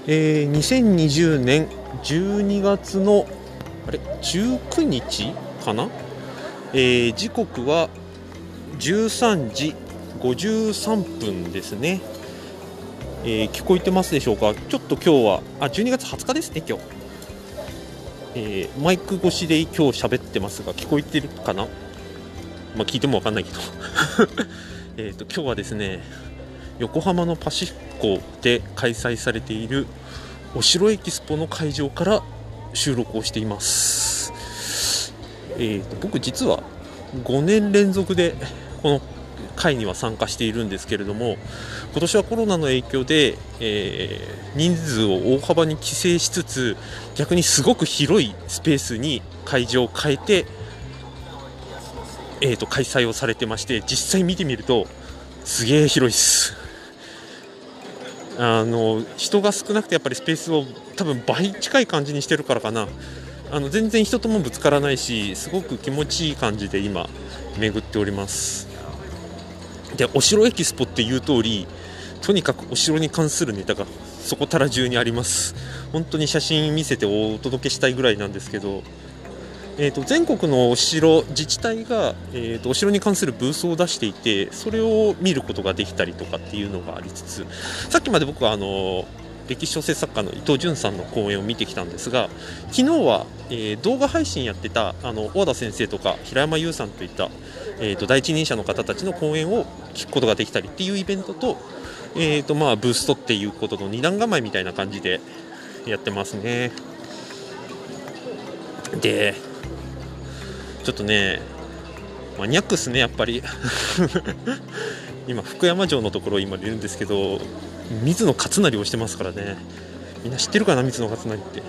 2020年12月の19日かな、時刻は13時53分ですね。聞こえてますでしょうか。ちょっと今日は12月20日ですね今日、マイク越しで今日喋ってますが聞こえてるかな。聞いても分かんないけど今日はですね、横浜のパシフィコで開催されているお城エキスポの会場から収録をしています。僕実は5年連続でこの会には参加しているんですけれども、今年はコロナの影響で、人数を大幅に規制しつつ、逆にすごく広いスペースに会場を変えて、開催をされてまして、実際見てみるとすげえ広いです。人が少なくてやっぱりスペースを多分倍近い感じにしてるからかな。全然人ともぶつからないし、すごく気持ちいい感じで今巡っております。で、お城エキスポっていう通り、とにかくお城に関するネタがそこたら中にあります。本当に写真見せてお届けしたいぐらいなんですけど、全国のお城自治体が、お城に関するブースを出していて、それを見ることができたりとかっていうのがありつつ、さっきまで僕は歴史小説作家の伊藤潤さんの講演を見てきたんですが、昨日は、動画配信やってた小和田先生とか平山優さんといった、第一人者の方たちの講演を聞くことができたりっていうイベントと、ブーストっていうことの二段構えみたいな感じでやってますね。でちょっとね、マニアックっすねやっぱり今福山城のところ今いるんですけど、水野勝成をしてますからね。みんな知ってるかな、水野勝成って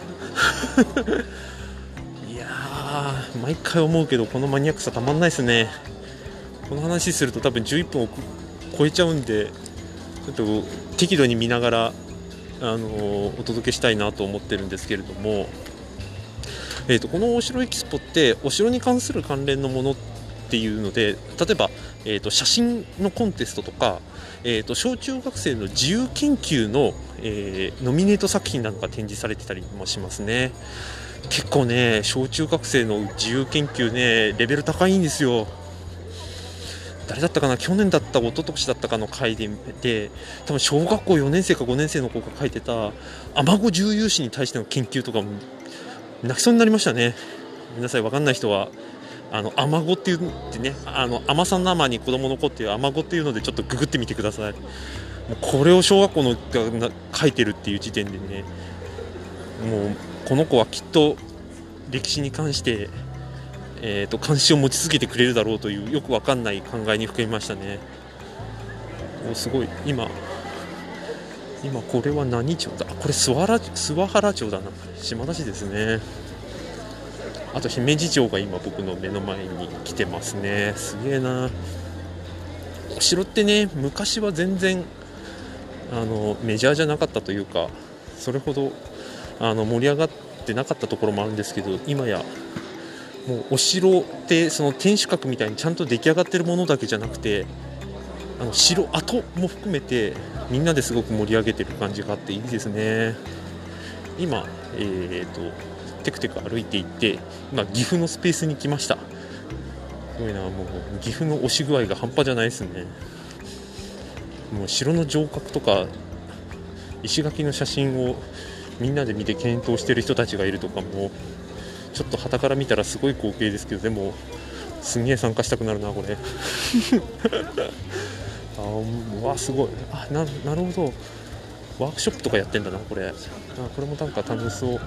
いやー、毎回思うけどこのマニアックさたまんないですね。この話すると多分11分を超えちゃうんで、ちょっと適度に見ながらお届けしたいなと思ってるんですけれども、このお城エキスポってお城に関する関連のものっていうので、例えば、写真のコンテストとか、小中学生の自由研究の、ノミネート作品なんか展示されてたりもしますね。結構ね、小中学生の自由研究ね、レベル高いんですよ。誰だったかな、去年だった一昨年だったかの回で、多分小学校4年生か5年生の子が書いてたアマゴ重油史に対しての研究とかも泣きそうになりましたね。皆さん分かんない人はアマゴっていうってね、甘さ生に子供の子っていうアマゴっていうのでちょっとググってみてください。もうこれを小学校のが書いてるっていう時点でね、もうこの子はきっと歴史に関して、関心を持ち続けてくれるだろうというよく分かんない考えに含みましたね。すごい今これは何町だ、これ諏訪原町だな、島田市ですね。あと姫路城が今僕の目の前に来てますね。すげえな。お城ってね、昔は全然メジャーじゃなかったというか、それほど盛り上がってなかったところもあるんですけど、今やもうお城ってその天守閣みたいにちゃんと出来上がってるものだけじゃなくて、城跡も含めてみんなですごく盛り上げてる感じがあっていいですね。今テクテク歩いていって今岐阜のスペースに来ました。すごいな、もう岐阜の押し具合が半端じゃないですね。もう城の城郭とか石垣の写真をみんなで見て検討してる人たちがいるとかもちょっと傍から見たらすごい光景ですけど、でもすんげえ参加したくなるなこれうわすごい。なるほど、ワークショップとかやってんだなこれ。これもなんか楽しそう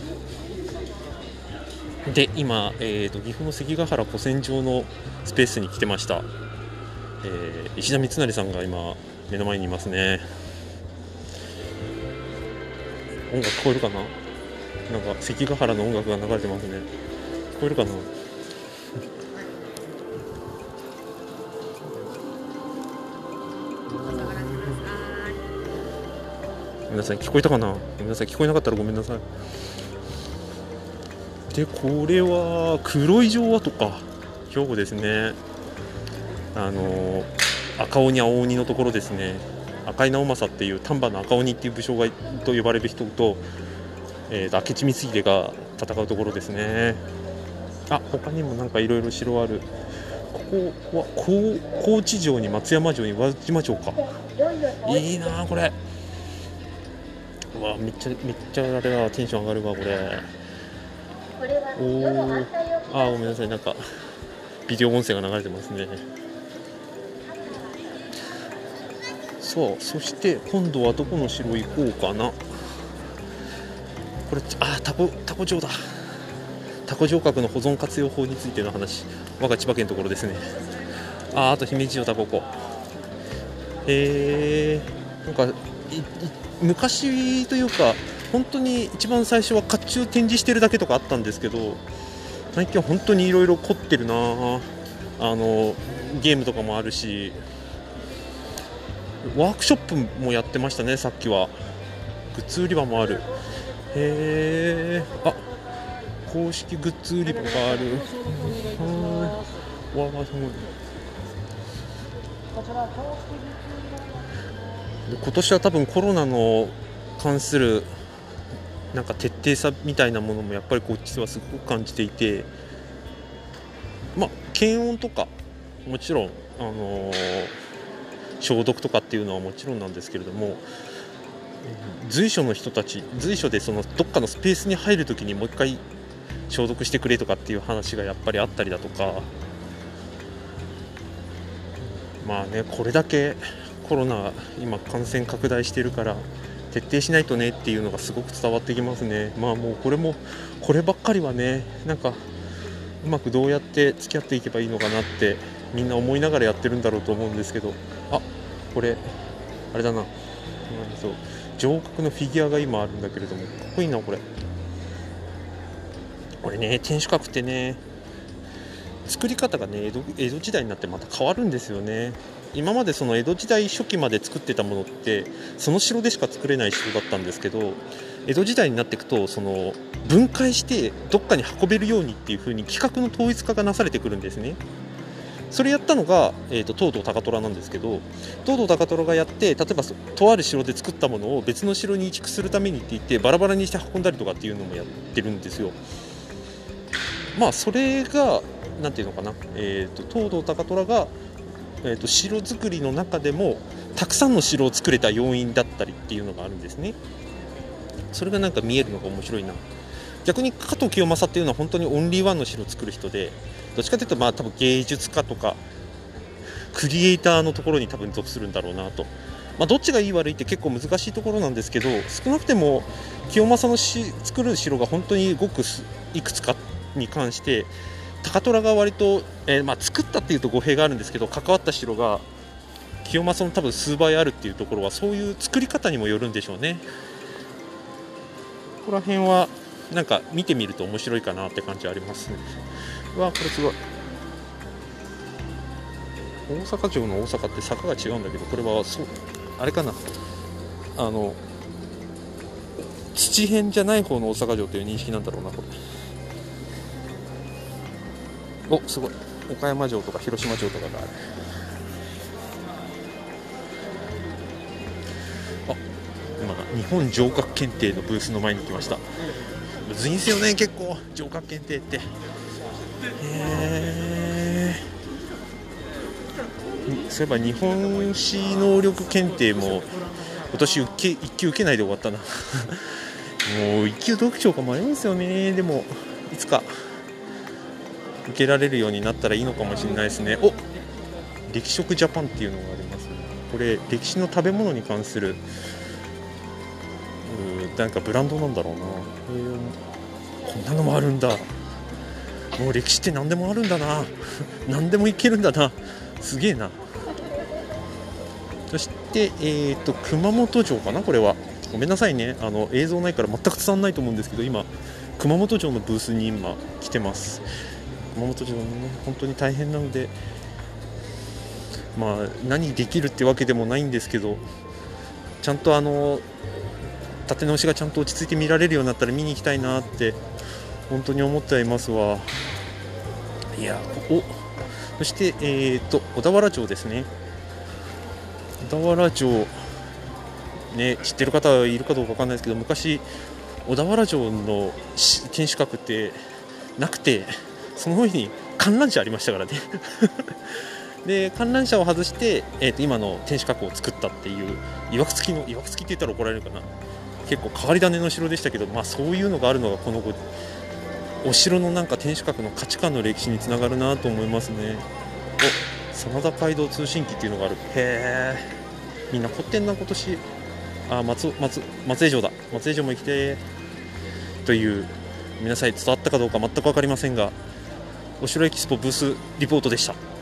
で、今、岐阜の関ヶ原古戦場のスペースに来てました。石田三成さんが今目の前にいますね。音楽聞こえるかな。なんか関ヶ原の音楽が流れてますね。聞こえるかな皆さん聞こえたかな。皆さん聞こえなかったらごめんなさい。で、これは黒い城跡か、兵庫ですね。赤鬼青鬼のところですね。 赤井直政っていう丹波の赤鬼っていう武将がと呼ばれる人と、明智光秀が戦うところですね。他にもなんかいろいろ城ある。ここは高知城に松山城に宇和島城か。いいなこれ。めっちゃあれだ、テンション上がるわこれ。ごめんなさい、なんかビデオ音声が流れてますね。そして今度はどこの城行こうかな。これタコ城だ。タコ城郭の保存活用法についての話、我が千葉県のところですね。あと姫路城タコ湖。なんか昔というか本当に一番最初は甲冑展示してるだけとかあったんですけど、最近は本当にいろいろ凝ってるな。ゲームとかもあるし、ワークショップもやってましたね。さっきはグッズ売り場もある。公式グッズ売り場がある。すごい。今年は多分コロナの関するなんか徹底さみたいなものもやっぱりこっちではすごく感じていて、検温とかもちろん、消毒とかっていうのはもちろんなんですけれども、随所の人たち、随所でそのどっかのスペースに入るときにもう一回消毒してくれとかっていう話がやっぱりあったりだとか、これだけコロナ今感染拡大してるから徹底しないとねっていうのがすごく伝わってきますね。もうこればっかりはね、なんかうまくどうやって付き合っていけばいいのかなってみんな思いながらやってるんだろうと思うんですけど、これあれだな、城郭のフィギュアが今あるんだけれども、かっこいいなこれね。天守閣ってね、作り方がね江戸時代になってまた変わるんですよね。今までその江戸時代初期まで作ってたものってその城でしか作れない城だったんですけど、江戸時代になっていくとその分解してどっかに運べるようにっていう風に規格の統一化がなされてくるんですね。それやったのが、東堂高虎なんですけど、東堂高虎がやって、例えばとある城で作ったものを別の城に移築するためにって言ってバラバラにして運んだりとかっていうのもやってるんですよ。それがなんていうのかな、東堂高虎が、城作りの中でもたくさんの城を作れた要因だったりっていうのがあるんですね。それがなんか見えるのが面白いな。逆に加藤清正っていうのは本当にオンリーワンの城を作る人で、どっちかというと多分芸術家とかクリエイターのところに多分属するんだろうなと。どっちがいい悪いって結構難しいところなんですけど、少なくても清正の作る城が本当にごくいくつかに関して高虎が割と、作ったっていうと語弊があるんですけど、関わった城が清正の多分数倍あるっていうところはそういう作り方にもよるんでしょうね。ここら辺はなんか見てみると面白いかなって感じありますね。これすごい。大阪城の大阪って坂が違うんだけど、これはあれかな、土辺じゃない方の大阪城という認識なんだろうなこれ。すごい。岡山城とか広島城とかがある。今日本城郭検定のブースの前に来ました。むずいんですよね、結構城郭検定って。そういえば日本史能力検定も今年1級受けないで終わったなもう1級読書が迷うんですよね。でもいつか受けられるようになったらいいのかもしれないですね。歴食ジャパンっていうのがあります。これ歴史の食べ物に関するなんかブランドなんだろうな。こんなのもあるんだ。もう歴史って何でもあるんだな何でもいけるんだな、すげえな。そして、熊本城かな、これは。ごめんなさいね、映像ないから全く伝わらないと思うんですけど、今熊本城のブースに今来てます。熊本城ね、本当に大変なので、何できるってわけでもないんですけど、ちゃんと立て直しがちゃんと落ち着いて見られるようになったら見に行きたいなって本当に思っていますわ。いや、そして、小田原城ですね。小田原城ね、知ってる方いるかどうか分かんないですけど、昔小田原城の天守閣ってなくて、その上に観覧車ありましたからねで観覧車を外して、今の天守閣を作ったっていう、いわくつきって言ったら怒られるかな、結構変わり種の城でしたけど、そういうのがあるのがこのお城のなんか天守閣の価値観の歴史につながるなと思いますね。真田街道通信機っていうのがある。へえ、みんな凝ってんな今年。松江城だ。松江城も行きてという、皆さん伝わったかどうか全く分かりませんが、お城エキスポブースリポートでした。